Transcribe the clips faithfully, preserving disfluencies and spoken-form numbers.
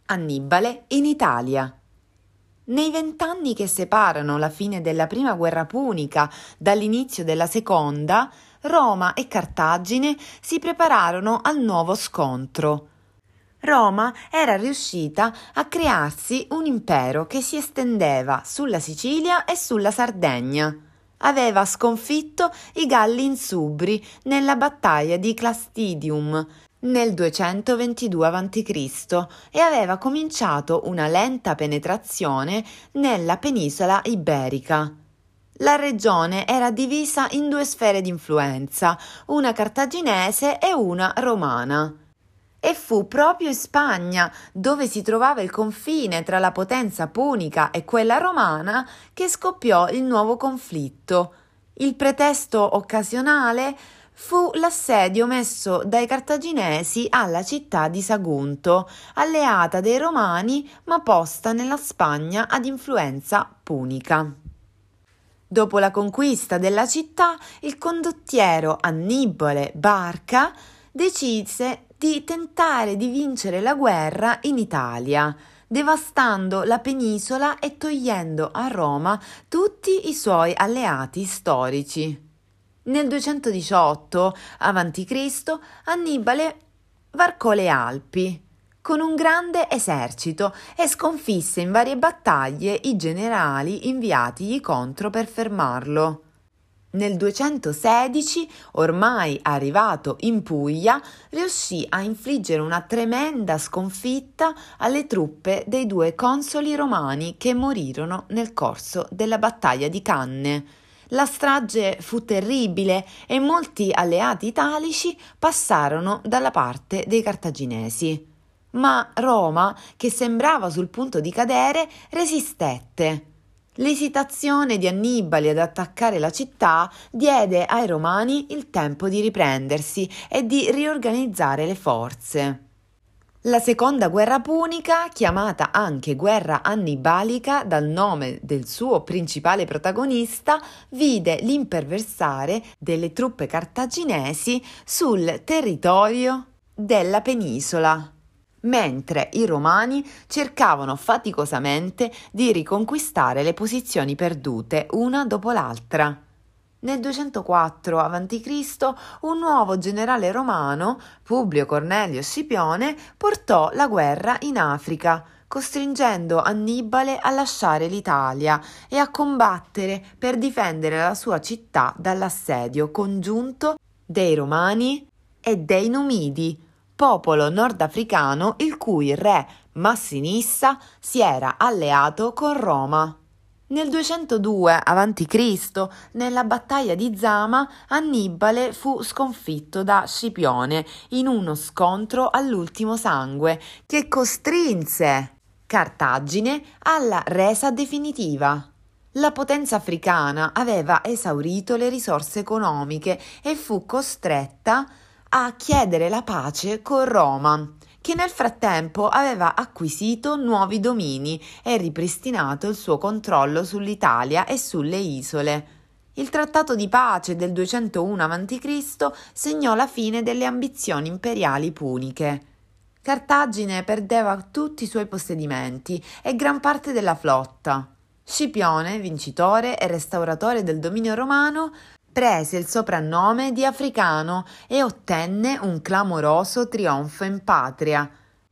Annibale in Italia. Nei vent'anni che separano la fine della prima guerra punica dall'inizio della seconda, Roma e Cartagine si prepararono al nuovo scontro. Roma era riuscita a crearsi un impero che si estendeva sulla Sicilia e sulla Sardegna. Aveva sconfitto i Galli Insubri nella battaglia di Clastidium nel duecentoventidue avanti Cristo e aveva cominciato una lenta penetrazione nella penisola iberica. La regione era divisa in due sfere di influenza, una cartaginese e una romana. E fu proprio in Spagna, dove si trovava il confine tra la potenza punica e quella romana, che scoppiò il nuovo conflitto. Il pretesto occasionale fu l'assedio messo dai cartaginesi alla città di Sagunto, alleata dei Romani ma posta nella Spagna ad influenza punica. Dopo la conquista della città, il condottiero Annibale Barca decise di tentare di vincere la guerra in Italia, devastando la penisola e togliendo a Roma tutti i suoi alleati storici. Nel duecentodiciotto avanti Cristo Annibale varcò le Alpi con un grande esercito e sconfisse in varie battaglie i generali inviatigli contro per fermarlo. Nel duecentosedici, ormai arrivato in Puglia, riuscì a infliggere una tremenda sconfitta alle truppe dei due consoli romani che morirono nel corso della battaglia di Canne. La strage fu terribile e molti alleati italici passarono dalla parte dei cartaginesi. Ma Roma, che sembrava sul punto di cadere, resistette. L'esitazione di Annibale ad attaccare la città diede ai Romani il tempo di riprendersi e di riorganizzare le forze. La seconda guerra punica, chiamata anche guerra annibalica dal nome del suo principale protagonista, vide l'imperversare delle truppe cartaginesi sul territorio della penisola, mentre i Romani cercavano faticosamente di riconquistare le posizioni perdute una dopo l'altra. Nel duecentoquattro avanti Cristo un nuovo generale romano, Publio Cornelio Scipione, portò la guerra in Africa, costringendo Annibale a lasciare l'Italia e a combattere per difendere la sua città dall'assedio congiunto dei Romani e dei Numidi, popolo nordafricano il cui re Massinissa si era alleato con Roma. Nel duecentodue avanti Cristo, nella battaglia di Zama, Annibale fu sconfitto da Scipione in uno scontro all'ultimo sangue che costrinse Cartagine alla resa definitiva. La potenza africana aveva esaurito le risorse economiche e fu costretta a chiedere la pace con Roma, che nel frattempo aveva acquisito nuovi domini e ripristinato il suo controllo sull'Italia e sulle isole. Il trattato di pace del duecentouno avanti Cristo segnò la fine delle ambizioni imperiali puniche. Cartagine perdeva tutti i suoi possedimenti e gran parte della flotta. Scipione, vincitore e restauratore del dominio romano, prese il soprannome di Africano e ottenne un clamoroso trionfo in patria.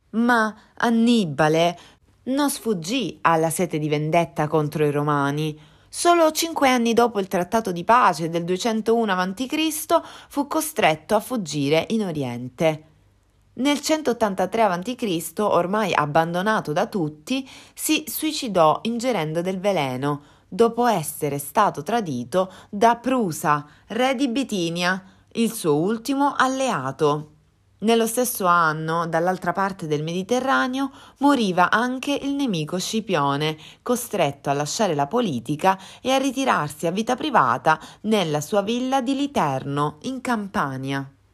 Ma Annibale non sfuggì alla sete di vendetta contro i Romani. Solo cinque anni dopo il trattato di pace del duecentouno avanti Cristo fu costretto a fuggire in Oriente. Nel centottantatré avanti Cristo, ormai abbandonato da tutti, si suicidò ingerendo del veleno, dopo essere stato tradito da Prusa, re di Bitinia, il suo ultimo alleato. Nello stesso anno, dall'altra parte del Mediterraneo, moriva anche il nemico Scipione, costretto a lasciare la politica e a ritirarsi a vita privata nella sua villa di Literno, in Campania.